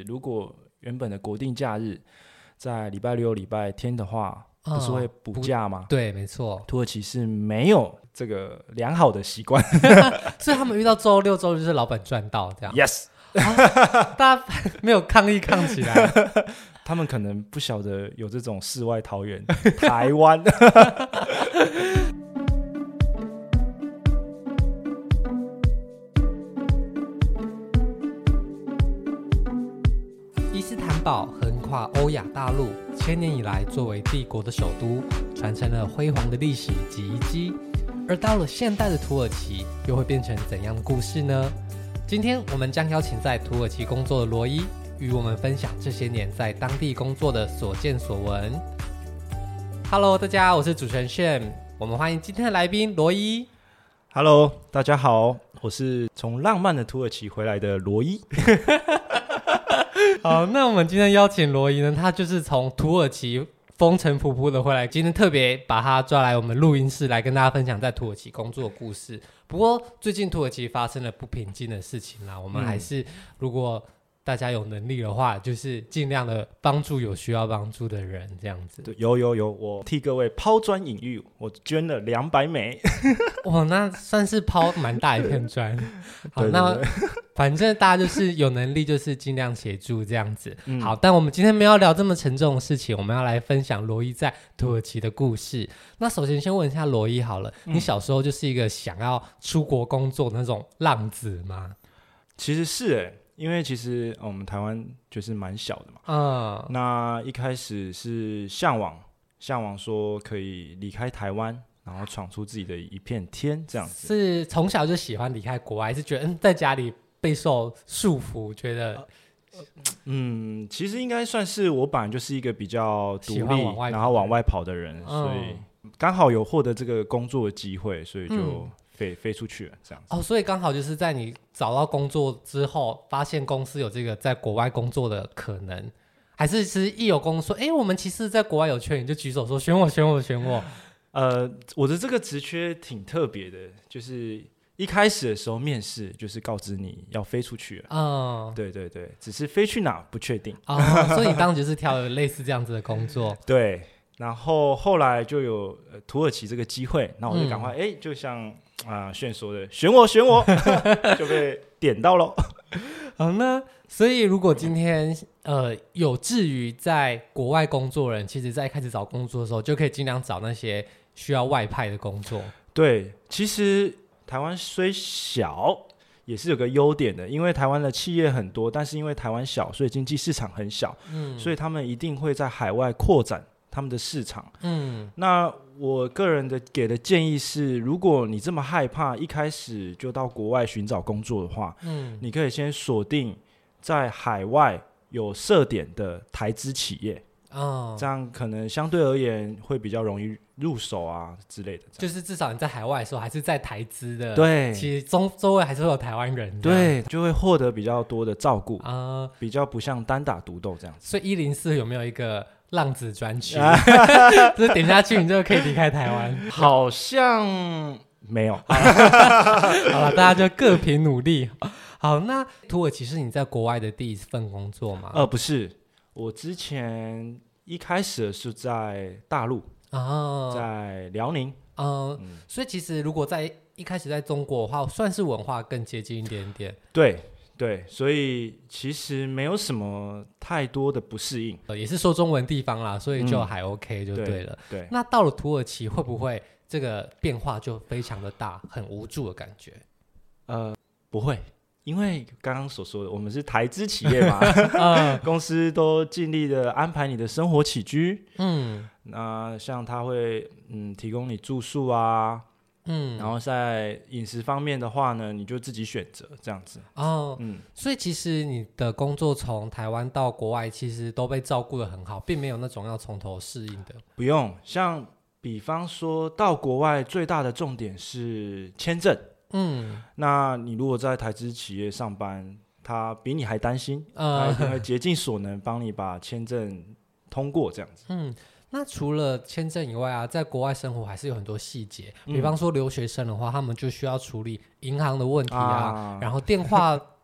如果原本的国定假日在礼拜六、礼拜天的话，不是会补假吗？ 对，没错。 土耳其是没有这个良好的习惯， 所以他们遇到周六、周日就是老板赚到这样。 Yes， 大家没有抗议抗起来。 他们可能不晓得有这种世外桃源，台湾。 伊斯坦堡横跨欧亚大陆，千年以来作为帝国的首都，传承了辉煌的历史及遗迹。而到了现代的土耳其，又会变成怎样的故事呢？今天我们将邀请在土耳其工作的罗伊，与我们分享这些年在当地工作的所见所闻。Hello， 大家好，我是主持人炫，我们欢迎今天的来宾罗伊。 Hello， 大家好，我是从浪漫的土耳其回来的罗伊。 好，那我们今天邀请罗伊呢，他就是从土耳其风尘仆仆的回来，今天特别把他抓来我们录音室来跟大家分享在土耳其工作的故事。不过最近土耳其发生了不平静的事情啦，我们还是如果大家有能力的话，就是尽量的帮助有需要帮助的人，这样子。 对，有，我替各位抛砖引玉，我捐了200枚。 哇，那算是抛蛮大一片砖。好， 对对对， 那反正大家就是有能力，就是尽量协助这样子。好，但我们今天没有聊这么沉重的事情，我们要来分享罗伊在土耳其的故事。那首先先问一下罗伊好了，你小时候就是一个想要出国工作的那种浪子吗？ 其实是因为其实我们台湾就是蛮小的嘛，那一开始是向往说可以离开台湾，然后闯出自己的一片天，这样子。 是从小就喜欢离开国外，还是觉得在家里备受束缚，觉得其实应该算是我本来就是一个比较独立，然后往外跑的人，所以刚好有获得这个工作的机会，所以就飞出去了这样子。 所以刚好就是在你找到工作之后，发现公司有这个在国外工作的可能，还是其实一有公司说，我们其实在国外有缺，你就举手说选我。 我的这个职缺挺特别的，就是一开始的时候面试就是告知你要飞出去了，对，只是飞去哪不确定。 所以你当时就是挑了类似这样子的工作。 对，然后后来就有土耳其这个机会，那我就赶快就像炫说的选我就被点到咯。 好，那所以如果今天有志于在国外工作的人，其实在一开始找工作的时候就可以尽量找那些需要外派的工作。对， 其实台湾虽小也是有个优点的，因为台湾的企业很多，但是因为台湾小，所以经济市场很小，所以他们一定会在海外扩展他们的市场。那我个人给的建议是，如果你这么害怕一开始就到国外寻找工作的话，你可以先锁定在海外有设点的台资企业，这样可能相对而言会比较容易入手之类的。 就是至少你在海外的时候还是在台资的， 对， 其实周围还是会有台湾人， 对，就会获得比较多的照顾，比较不像单打独斗这样子。 所以104有没有一个浪子专区？就是点下去你就可以离开台湾？ 好像没有。 好了，大家就各凭努力。好，那土耳其是你在国外的第一份工作吗？ 不是，我之前一开始是在大陆，在辽宁。所以其实如果在一开始在中国的话，算是文化更接近一点点。 对，所以其实没有什么太多的不适应， 也是说中文地方啦，所以就还 OK 就对了。 对， 那到了土耳其会不会这个变化就非常的大，很无助的感觉？ 不会，因为刚刚所说的，我们是台资企业嘛，公司都尽力的安排你的生活起居，那像他会提供你住宿然后在饮食方面的话呢，你就自己选择这样子。 所以其实你的工作从台湾到国外，其实都被照顾得很好，并没有那种要从头适应的。 不用，像比方说到国外最大的重点是签证。那你如果在台资企业上班，他比你还担心，他一定会竭尽所能帮你把签证通过这样子。 那除了签证以外在国外生活还是有很多细节，比方说留学生的话，他们就需要处理银行的问题然后电话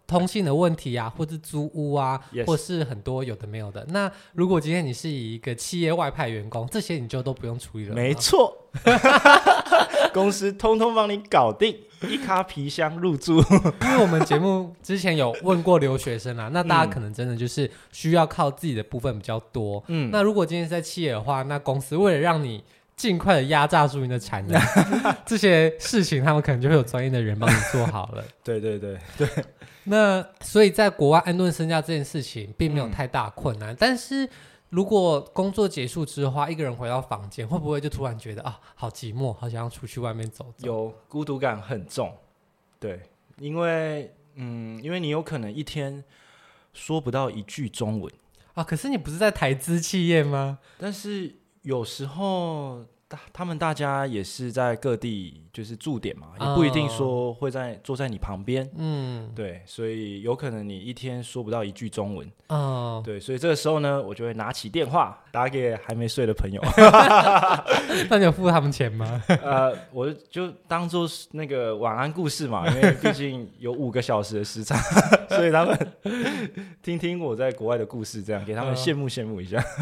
通信的问题啊，或是租屋啊 ，yes. 或是很多有的没有的。那如果今天你是以一个企业外派员工，这些你就都不用处理了吗？ 没错，公司通通帮你搞定，一卡皮箱入住。 因为我们节目之前有问过留学生啊，那大家可能真的就是需要靠自己的部分比较多。那如果今天是在企业的话，那公司为了让你尽快的压榨住你的产能，这些事情他们可能就会有专业的人帮你做好了。 对。 那所以在国外安顿身价这件事情并没有太大困难，但是如果工作结束之后一个人回到房间，会不会就突然觉得好寂寞，好想要出去外面走走？ 有孤独感很重，对，因为你有可能一天说不到一句中文啊。可是你不是在台资企业吗？ 但是有时候他们大家也是在各地就是驻点嘛，也不一定说会坐在你旁边，对，所以有可能你一天说不到一句中文，对，所以这个时候呢，我就会拿起电话打给还没睡的朋友。 那你有付他们钱吗？ 我就当做那个晚安故事嘛，因为毕竟有5个小时的时差，所以他们听听我在国外的故事，这样给他们羡慕一下。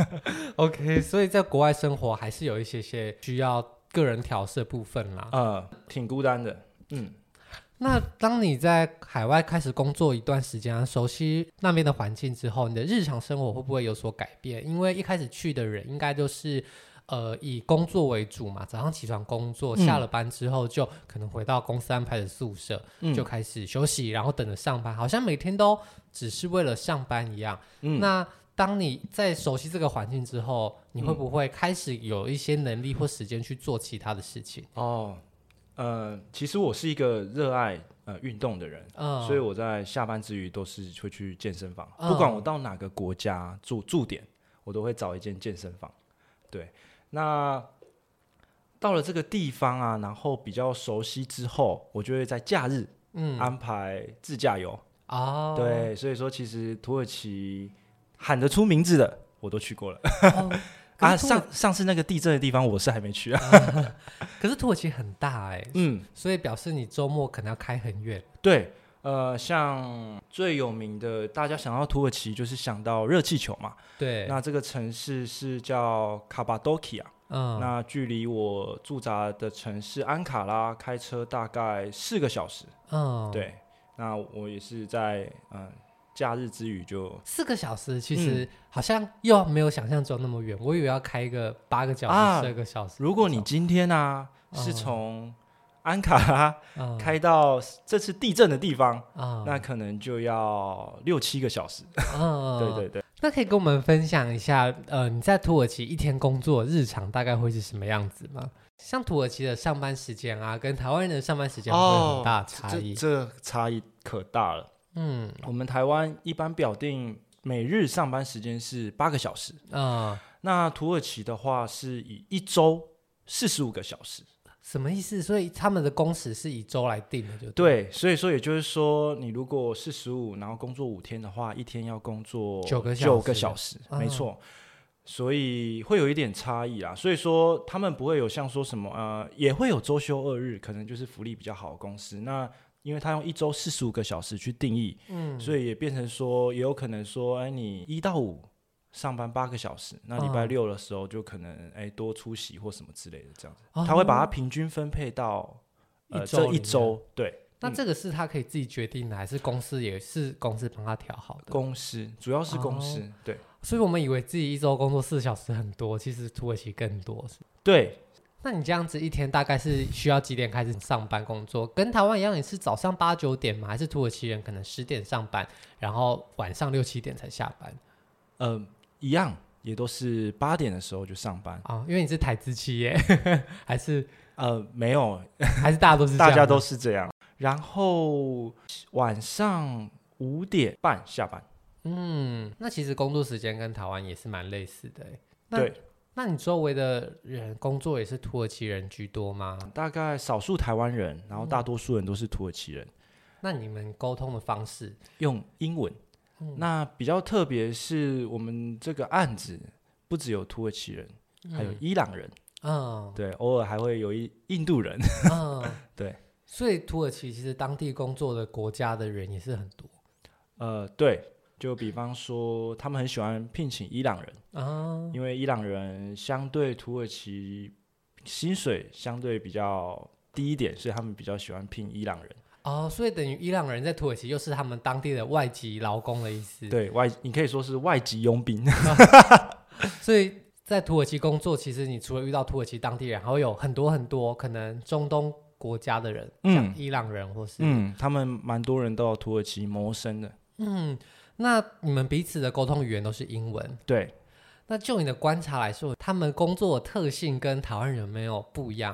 OK， 所以在国外生活还是有一些需要个人调试的部分啦。 挺孤单的。 那当你在海外开始工作一段时间熟悉那边的环境之后，你的日常生活会不会有所改变？因为一开始去的人应该都是以工作为主嘛，早上起床工作，下了班之后就可能回到公司安排的宿舍，就开始休息，然后等着上班，好像每天都只是为了上班一样。那当你在熟悉这个环境之后，你会不会开始有一些能力或时间去做其他的事情？ 其实我是一个热爱运动的人，所以我在下班之余都是会去健身房，不管我到哪个国家驻点，我都会找一间健身房。对，那到了这个地方啊，然后比较熟悉之后，我就会在假日安排自驾游。对，所以说其实土耳其喊得出名字的我都去过了。上次那个地震的地方我是还没去啊。 可是土耳其很大所以表示你周末可能要开很远。 对，像最有名的，大家想到土耳其就是想到热气球嘛。 对， 那这个城市是叫卡巴多奇亚，那距离我驻扎的城市安卡拉开车大概4个小时。对，那我也是在假日之余就 4个小时，其实好像又没有想象中那么远。我以为要开个8个小时、12个小时。 如果你今天是从安卡拉开到这次地震的地方，那可能就要6-7个小时。对。 那可以跟我们分享一下，你在土耳其一天工作日常大概会是什么样子吗？像土耳其的上班时间跟台湾人的上班时间会有很大的差异。 这差异可大了。我们台湾一般表定每日上班时间是8个小时，那土耳其的话是以1周45个小时。 什么意思？所以他们的工时是以周来定的，就对。所以说也就是说，你如果45，然后工作5天的话，一天要工作9个小时，没错。所以会有一点差异啦。所以说他们不会有像说什么也会有周休2日，可能就是福利比较好的公司。那因为他用1周45个小时去定义，所以也变成说，也有可能说，你1到5上班8个小时，那礼拜6的时候就可能多出席或什么之类的，这样子，他会把它平均分配到这一周。对， 那这个是他可以自己决定的，还是公司也是公司帮他调好的？ 公司主要是公司，对。 所以我们以为自己一周工作4小时很多，其实土耳其更多，是吗？ 对。 那你这样子一天大概是需要几点开始上班工作？跟台湾一样也是早上8、9点吗？还是土耳其人可能10点上班，然后晚上6、7点才下班？ 一样，也都是8点的时候就上班。 因为你是台资企业。还是没有， 还是大家都是这样？ 大家都是这样。然后晚上5点半下班。 那其实工作时间跟台湾也是蛮类似的。 对。 那你周围的人工作也是土耳其人居多吗？ 大概少数台湾人，然后大多数人都是土耳其人。 那你们沟通的方式用英文。那比较特别是我们这个案子不只有土耳其人，还有伊朗人。对，偶尔还会有印度人。对， 所以土耳其其实当地工作的国家的人也是很多。 对，就比方说他们很喜欢聘请伊朗人因为伊朗人相对土耳其薪水相对比较低一点，所以他们比较喜欢聘伊朗人。 所以等于伊朗人在土耳其又是他们当地的外籍劳工的意思。 对，你可以说是外籍佣兵。 所以在土耳其工作，其实你除了遇到土耳其当地人，还会有很多很多可能中东国家的人，像伊朗人或是他们蛮多人都有土耳其谋生的。 那你们彼此的沟通语言都是英文。 对。 那就你的观察来说，他们工作的特性跟台湾人有没有不一样？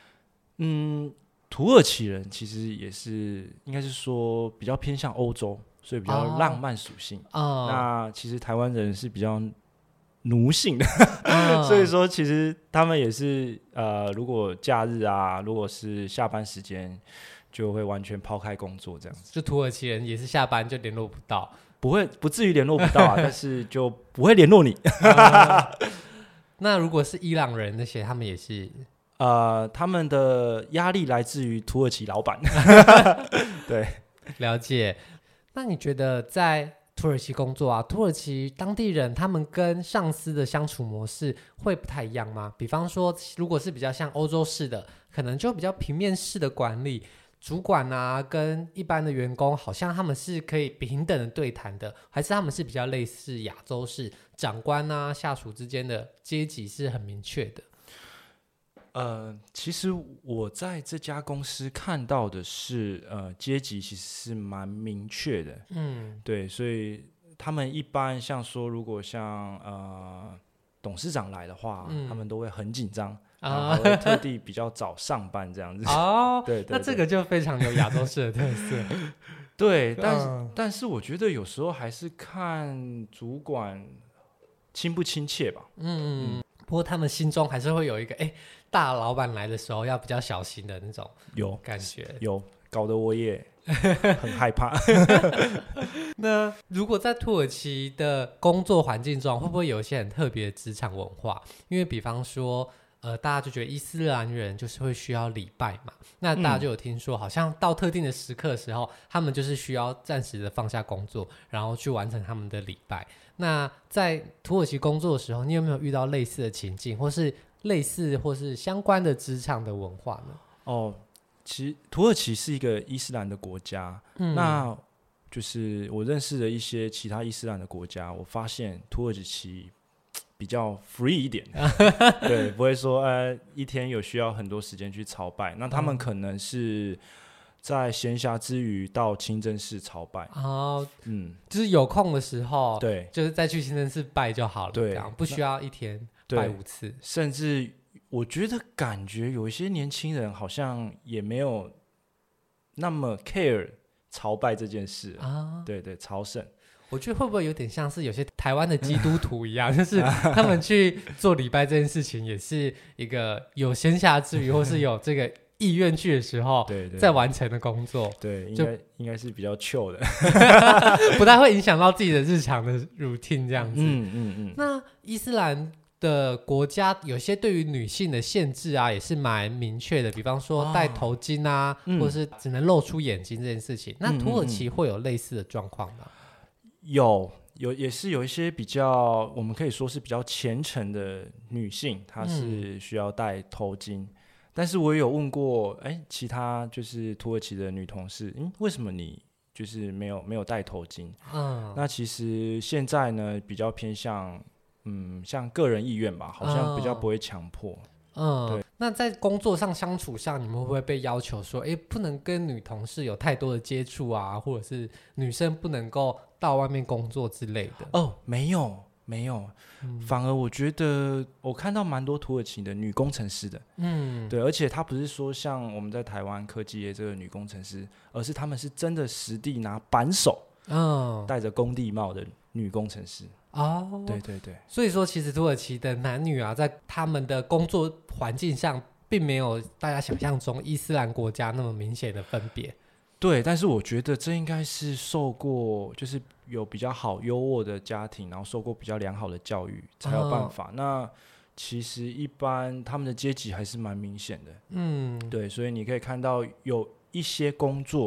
土耳其人其实也是应该是说比较偏向欧洲，所以比较浪漫属性。那其实台湾人是比较奴性的，所以说其实他们也是如果假日啊，如果是下班时间，就会完全抛开工作这样子。 就土耳其人也是下班就联络不到， 不至于联络不到但是就不会联络你。 那如果是伊朗人那些，他们也是他们的压力来自于土耳其老板。对， 了解。那你觉得在土耳其工作啊，土耳其当地人他们跟上司的相处模式会不太一样吗？比方说如果是比较像欧洲式的，可能就比较平面式的管理，主管啊跟一般的员工好像他们是可以平等的对谈的，还是他们是比较类似亚洲式，长官啊下属之间的阶级是很明确的？ 其实我在这家公司看到的是，阶级其实是蛮明确的。对，所以他们一般像说，如果像董事长来的话，他们都会很紧张，然后会特地比较早上班这样子。对， 那这个就非常有亚洲式的特色。 对，但是我觉得有时候还是看主管亲不亲切吧。 不过他们心中还是会有一个大老板来的时候要比较小心的那种感觉。 有搞得我也很害怕。 那如果在土耳其的工作环境中，会不会有一些很特别的职场文化？因为比方说大家就觉得伊斯兰人就是会需要礼拜嘛，那大家就有听说好像到特定的时刻的时候，他们就是需要暂时的放下工作，然后去完成他们的礼拜。那在土耳其工作的时候，你有没有遇到类似的情境，或是类似或是相关的职场的文化呢？ 其实土耳其是一个伊斯兰的国家，那就是我认识的一些其他伊斯兰的国家，我发现土耳其比较 free 一点。对，不会说一天有需要很多时间去朝拜，那他们可能是在闲暇之余到清真寺朝拜。就是有空的时候，对，就是再去清真寺拜就好了，对，不需要一天拜5次。甚至我觉得感觉有一些年轻人好像也没有那么 care 朝拜这件事对，朝圣。我觉得会不会有点像是有些台湾的基督徒一样，就是他们去做礼拜这件事情，也是一个有闲暇之余或是有这个意愿去的时候再完成的工作。对，应该是比较 chill 的。不太会影响到自己的日常的 routine 这样子。那伊斯兰的国家有些对于女性的限制啊也是蛮明确的，比方说戴头巾啊或是只能露出眼睛这件事情。那土耳其会有类似的状况吗？也是有一些比较我们可以说是比较虔诚的女性，她是需要戴头巾。但是我也有问过其他就是土耳其的女同事，为什么你就是没有戴头巾？那其实现在呢比较偏向像个人意愿吧，好像比较不会强迫。对。那在工作上相处上，你们会不会被要求说不能跟女同事有太多的接触啊，或者是女生不能够到外面工作之类的？没有，反而我觉得我看到蛮多土耳其的女工程师的。对，而且她不是说像我们在台湾科技业这个女工程师，而是她们是真的实地拿扳手戴着工地帽的女工程师。对，所以说其实土耳其的男女啊，在他们的工作环境上并没有大家想象中伊斯兰国家那么明显的分别。对，但是我觉得这应该是受过就是有比较好优渥的家庭，然后受过比较良好的教育才有办法。那其实一般他们的阶级还是蛮明显的。对，所以你可以看到有一些工作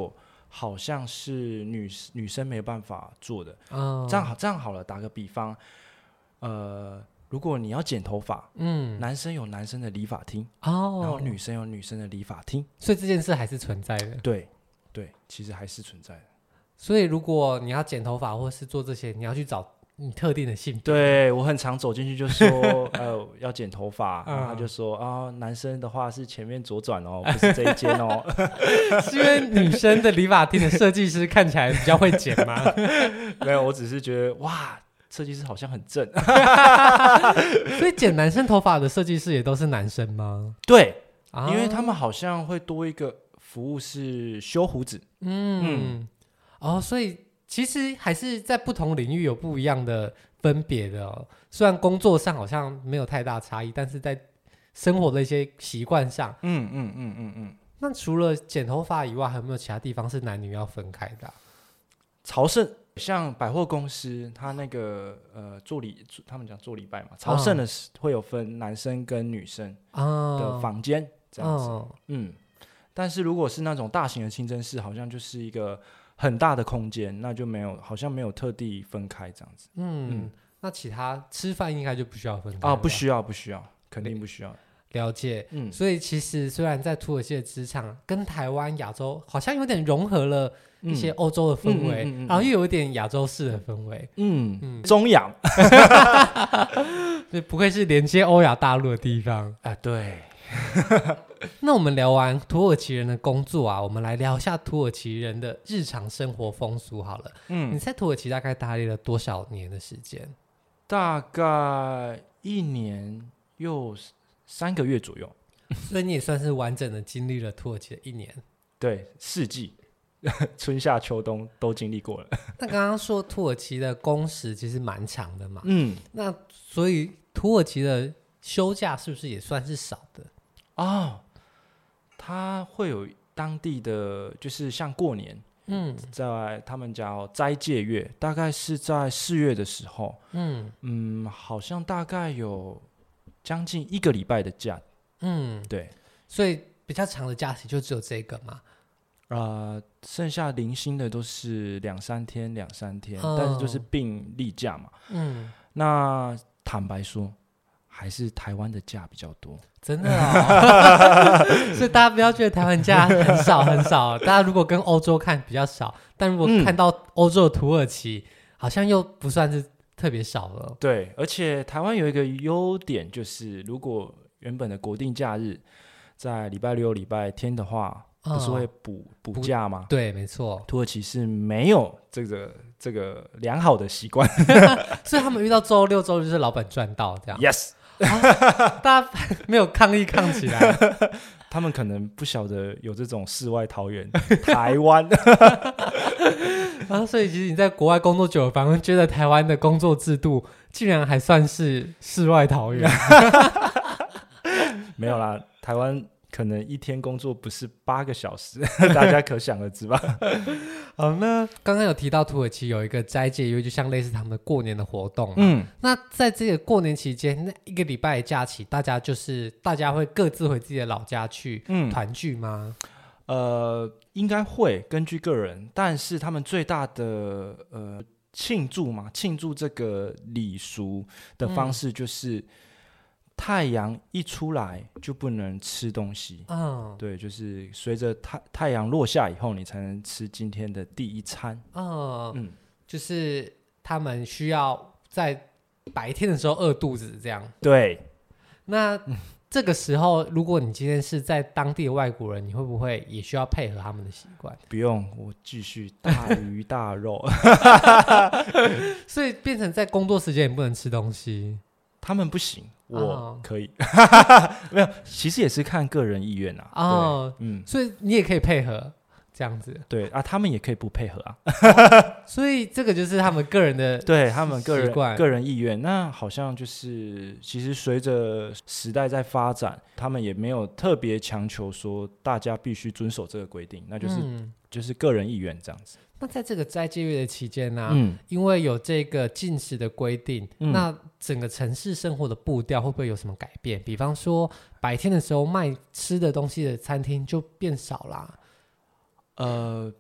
好像是女生没有办法做的。 哦， 这样好了，打个比方，如果你要剪头发，男生有男生的理发厅，然后女生有女生的理发厅， 所以这件事还是存在的。 对，其实还是存在的。 所以如果你要剪头发或是做这些，你要去找你特定的性别。 对，我很常走进去就说要剪头发，然后他就说男生的话是前面左转哦，不是这一间哦。 是因为女生的理发厅的设计师看起来比较会剪吗？ 没有，我只是觉得哇，设计师好像很正。 所以剪男生头发的设计师也都是男生吗？ 对，因为他们好像会多一个服务是修胡子。 所以其实还是在不同领域有不一样的分别的哦。虽然工作上好像没有太大差异，但是在生活的一些习惯上，那除了剪头发以外，还有没有其他地方是男女要分开的朝圣，像百货公司，他那个他们讲做礼拜嘛，朝圣的会有分男生跟女生的房间这样子。但是如果是那种大型的清真寺，好像就是一个很大的空间，那就好像没有特地分开这样子。 那其他吃饭应该就不需要分开不需要，肯定不需要。 了解。所以其实虽然在土耳其的职场跟台湾亚洲好像有点融合了一些欧洲的氛围，然后又有一点亚洲式的氛围。 中亚不愧是连接欧亚大陆的地方啊。对。 那我们聊完土耳其人的工作啊，我们来聊一下土耳其人的日常生活风俗好了。你在土耳其大概待了多少年的时间？ 大概1年又3个月左右。 所以你也算是完整的经历了土耳其的1年。 对，4季春夏秋冬都经历过了。 那刚刚说土耳其的工时其实蛮长的嘛，那所以土耳其的休假是不是也算是少的？ 它会有当地的，就是像过年，在他们叫斋戒月，大概是在4月的时候，好像大概有将近1个礼拜的假，对， 所以比较长的假期就只有这个嘛， 剩下零星的都是2-3天，但是就是并例假嘛，那坦白说，还是台湾的假比较多。 真的所以大家不要觉得台湾假很少很少，大家如果跟欧洲看比较少，但如果看到欧洲的土耳其，好像又不算是特别少了。 对，而且台湾有一个优点，就是如果原本的国定假日在礼拜六、礼拜天的话，不是会补假吗？ 对，没错。 土耳其是没有这个良好的习惯， 所以他们遇到周六周日就是老板赚到这样。 Yes。 大家没有抗议抗起来。 他们可能不晓得有这种世外桃源台湾。 所以其实你在国外工作久了，反而觉得台湾的工作制度竟然还算是世外桃源。 没有啦，台湾可能一天工作不是8个小时，大家可想而知吧。 好，那刚刚有提到土耳其有一个斋戒月，就像类似他们的过年的活动嘛。那在这个过年期间，那1个礼拜的假期，大家会各自回自己的老家去团聚吗？ 应该会，根据个人，但是他们最大的庆祝这个礼俗的方式就是太阳一出来就不能吃东西。对，就是随着太阳落下以后，你才能吃今天的第一餐。 就是他们需要在白天的时候饿肚子这样。 对， 那这个时候如果你今天是在当地的外国人，你会不会也需要配合他们的习惯？ 不用，我继续大鱼大肉。 所以变成在工作时间也不能吃东西。 他们不行，我可以。没有，其实也是看个人意愿啊。 所以你也可以配合这样子。 对啊，他们也可以不配合啊。 所以这个就是他们个人的， 对，他们个人意愿。那好像就是其实随着时代在发展，他们也没有特别强求说大家必须遵守这个规定，那就是个人意愿这样子。 那在这个斋戒月的期间呢，因为有这个禁食的规定，那整个城市生活的步调会不会有什么改变？比方说白天的时候卖吃的东西的餐厅就变少啦。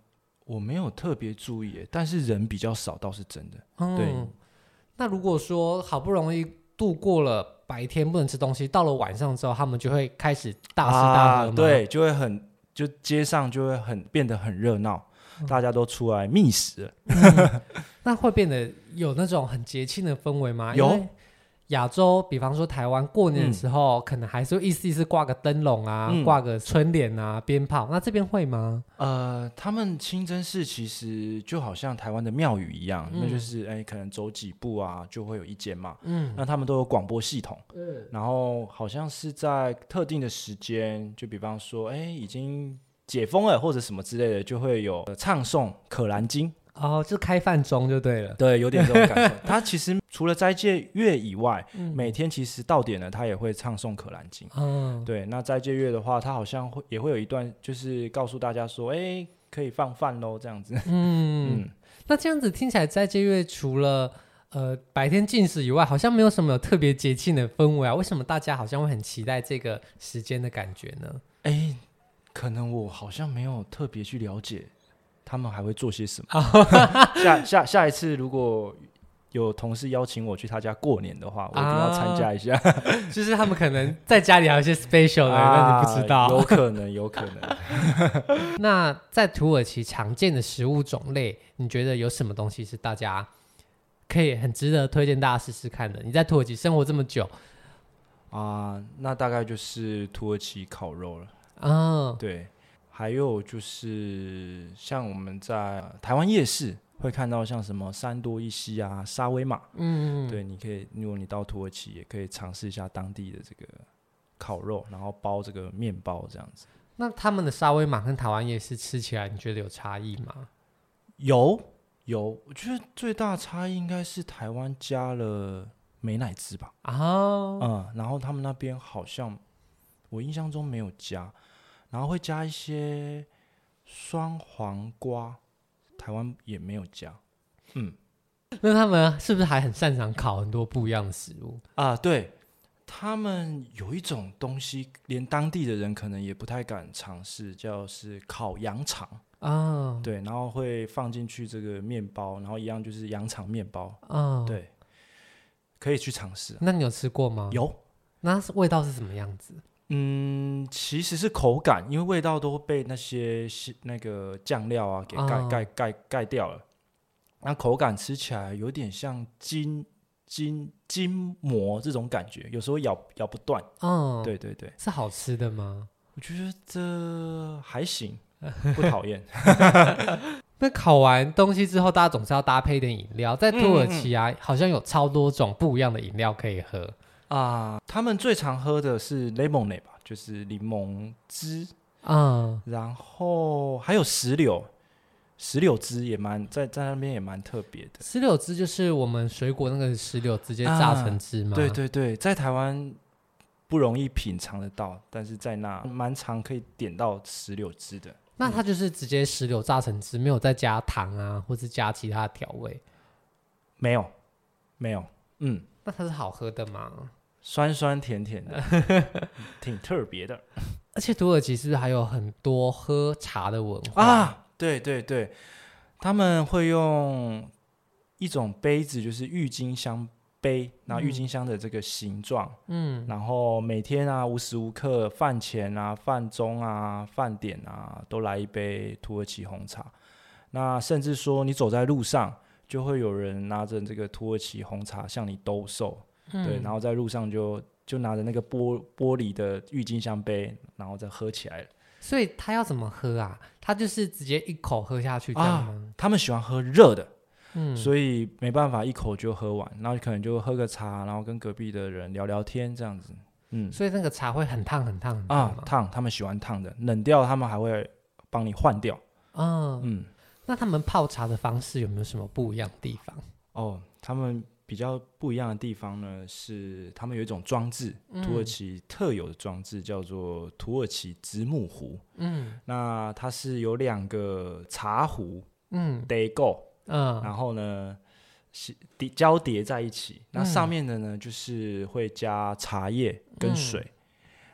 我没有特别注意耶，但是人比较少倒是真的。对， 那如果说好不容易度过了白天不能吃东西，到了晚上之后，他们就会开始大吃大喝吗？ 对，就街上就会变得很热闹，大家都出来觅食了。 那会变得有那种很节庆的氛围吗？ 有。 因为亚洲，比方说台湾过年的时候，可能还是会意思挂个灯笼啊，挂个春联啊，鞭炮。那这边会吗？ 他们清真寺其实就好像台湾的庙宇一样，那就是可能走几步啊，就会有一间嘛。那他们都有广播系统，然后好像是在特定的时间，就比方说，已经解封了或者什么之类的，就会有唱诵《可兰经》。 就开饭钟就对了。 对，有点这种感受。他其实除了斋戒月以外，每天其实到点了，他也会唱诵《可兰经》。对，那斋戒月的话，他好像也会有一段，就是告诉大家说，可以放饭咯，这样子。 那这样子听起来，斋戒月除了白天禁食以外，好像没有什么特别节庆的氛围啊？为什么大家好像会很期待这个时间的感觉呢？ 可能我好像没有特别去了解他们还会做些什么。下一次如果有同事邀请我去他家过年的话，我一定要参加一下。 就是他们可能在家里还有一些 special 的，但你不知道。 有可能。 那在土耳其常见的食物种类，你觉得有什么东西是大家可以很值得推荐大家试试看的？你在土耳其生活这么久那大概就是土耳其烤肉了。对。还有就是像我们在台湾夜市会看到像什么三多一西啊、沙威玛，对，你可以，如果你到土耳其也可以尝试一下当地的这个烤肉，然后包这个面包这样子。 那他们的沙威玛跟台湾夜市吃起来，你觉得有差异吗？ 有，我觉得最大的差异应该是台湾加了美乃滋吧。然后他们那边好像我印象中没有加。然后会加一些酸黄瓜，台湾也没有加。 那他们是不是还很擅长烤很多不一样的食物对，他们有一种东西，连当地的人可能也不太敢尝试，是烤羊肠。对，然后会放进去这个面包，然后一样就是羊肠面包。对，可以去尝试。 那你有吃过吗？ 有。 那味道是什么样子？ 其实是口感，因为味道都被那个酱料啊给盖掉了。那口感吃起来有点像筋膜这种感觉，有时候咬不断。对， 是好吃的吗？ 我觉得还行，不讨厌。 那烤完东西之后，大家总是要搭配一点饮料。在土耳其好像有超多种不一样的饮料可以喝。 他们最常喝的是 lemonade 吧，就是柠檬汁。然后还有石榴汁也在那边也蛮特别的。 石榴汁就是我们水果那个石榴直接榨成汁吗？ 对，在台湾不容易品尝得到，但是在那蛮常可以点到石榴汁的。 那它就是直接石榴榨成汁，没有再加糖啊，或是加其他的调味？ 没有。 那它是好喝的吗？ 酸酸甜甜的，挺特别的。 而且土耳其是不是还有很多喝茶的文化对，他们会用一种杯子，就是郁金香杯，然后郁金香的这个形状，然后每天无时无刻饭前饭中饭点都来一杯土耳其红茶。那甚至说你走在路上，就会有人拿着这个土耳其红茶向你兜售。对，然后在路上就拿着那个玻璃的郁金香杯，然后再喝起来了。 所以他要怎么喝啊？他就是直接一口喝下去这样吗？ 他们喜欢喝热的，所以没办法一口就喝完，然后可能就喝个茶，然后跟隔壁的人聊聊天这样子。 所以那个茶会很烫很烫很烫吗？ 烫，他们喜欢烫的，冷掉他们还会帮你换掉。 那他们泡茶的方式有没有什么不一样的地方？ 他们比较不一样的地方呢，是他们有一种装置，土耳其特有的装置，叫做土耳其子母壶。那它是有2个茶壶，dego，然后呢交叠在一起。那上面的呢，就是会加茶叶跟水。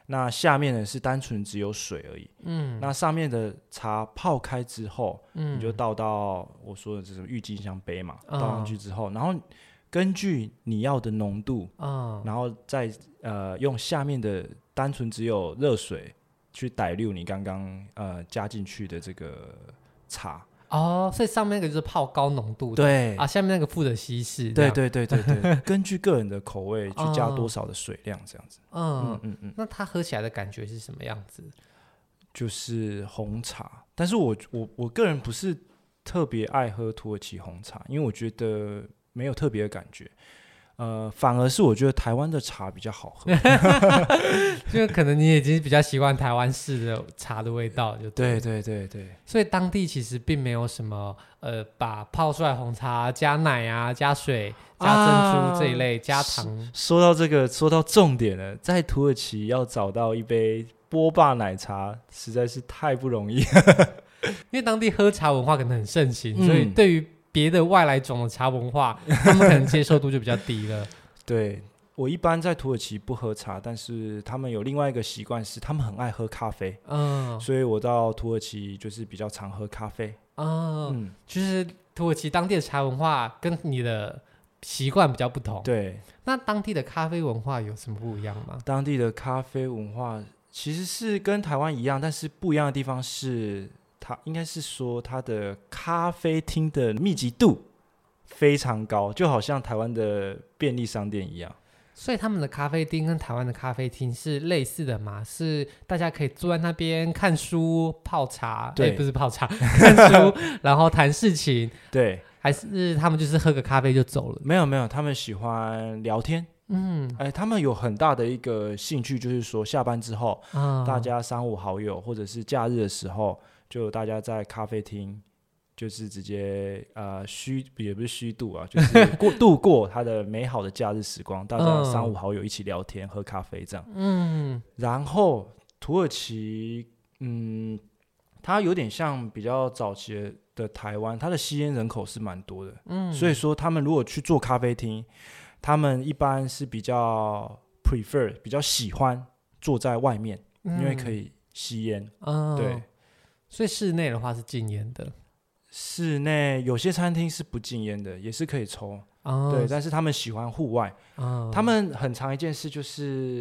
那下面呢是单纯只有水而已。那上面的茶泡开之后，你就倒到我说的这种郁金香杯嘛，倒上去之后，然后根据你要的浓度，然后再用下面的单纯只有热水去dilute你刚刚加进去的这个茶。 所以上面那个就是泡高浓度的， 对下面那个负责稀释， 对，根据个人的口味去加多少的水量这样子。 那它喝起来的感觉是什么样子？ 就是红茶，但是我个人不是特别爱喝土耳其红茶，因为我觉得没有特别的感觉。反而是我觉得台湾的茶比较好喝， 就可能你已经比较习惯台湾式的茶的味道，就对。 所以当地其实并没有什么把泡出来红茶加奶啊、加水、加珍珠这一类、加糖。 说到这个，说到重点了，在土耳其要找到一杯波霸奶茶实在是太不容易， 因为当地喝茶文化可能很盛行，所以对于别的外来种的茶文化，他们可能接受度就比较低了。 对，我一般在土耳其不喝茶，但是他们有另外一个习惯是，他们很爱喝咖啡。所以我到土耳其就是比较常喝咖啡。 就是土耳其当地的茶文化跟你的习惯比较不同。 对， 那当地的咖啡文化有什么不一样吗？ 当地的咖啡文化其实是跟台湾一样，但是不一样的地方是，它应该是说它的咖啡厅的密集度非常高，就好像台湾的便利商店一样。 所以他们的咖啡厅跟台湾的咖啡厅是类似的吗？是大家可以坐在那边看书、泡茶，对，不是泡茶，看书，然后谈事情，对，还是他们就是喝个咖啡就走了？ 没有，他们喜欢聊天。他们有很大的一个兴趣，就是说下班之后，大家三五好友，或者是假日的时候，就大家在咖啡厅，就是直接也不是虚度啊，就是度过他的美好的假日时光，大家三五好友一起聊天、喝咖啡这样。然后土耳其，它有点像比较早期的台湾，它的吸烟人口是蛮多的。所以说他们如果去做咖啡厅，他们一般是比较 prefer 比较喜欢坐在外面，因为可以吸烟。对， 所以室内的话是禁烟的。 室内有些餐厅是不禁烟的，也是可以抽。对，但是他们喜欢户外。他们很常一件事就是，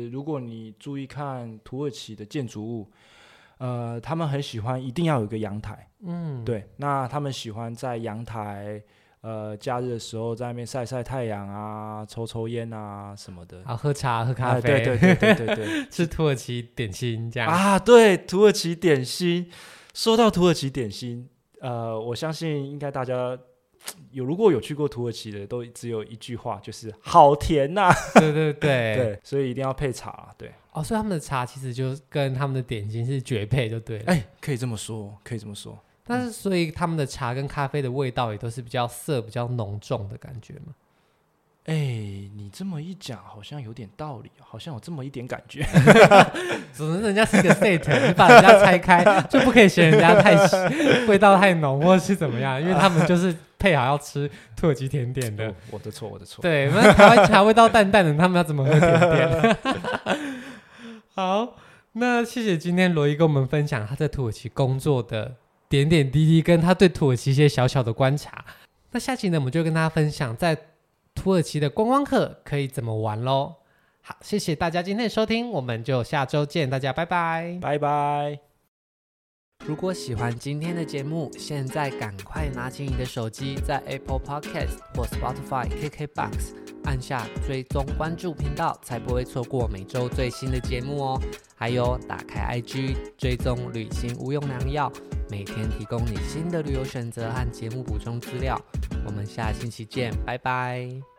如果你注意看土耳其的建筑物，他们很喜欢一定要有一个阳台。对，那他们喜欢在阳台。假日的时候在那边晒晒太阳啊，抽烟啊什么的， 喝茶喝咖啡， 对， 吃土耳其点心这样啊，对，土耳其点心。说到土耳其点心，我相信应该大家如果有去过土耳其的，都只有一句话，就是好甜呐。 对， 所以一定要配茶。对， 所以他们的茶其实就跟他们的点心是绝配，就对了。 可以这么说。 但是所以他们的茶跟咖啡的味道也都是比较涩、比较浓重的感觉吗？ 你这么一讲好像有点道理，好像有这么一点感觉。 只能人家是个 set， 你把人家拆开就不可以嫌人家味道太浓或是怎么样，因为他们就是配好要吃土耳其甜点的。 我的错。 对，那台湾茶味道淡淡的，他们要怎么喝甜点？好，那谢谢今天罗伊跟我们分享他在土耳其工作的点点滴滴，跟他对土耳其一些小小的观察。那下期呢，我们就跟大家分享在土耳其的观光客可以怎么玩咯。好，谢谢大家今天的收听，我们就下周见，大家拜拜， 拜拜。 如果喜欢今天的节目，现在赶快拿起你的手机，在 Apple Podcast 或 Spotify、KKBox 按下追踪关注频道，才不会错过每周最新的节目哦。还有打开 IG 追踪旅行无用良药，每天提供你新的旅游选择和节目补充资料。我们下星期见，拜拜。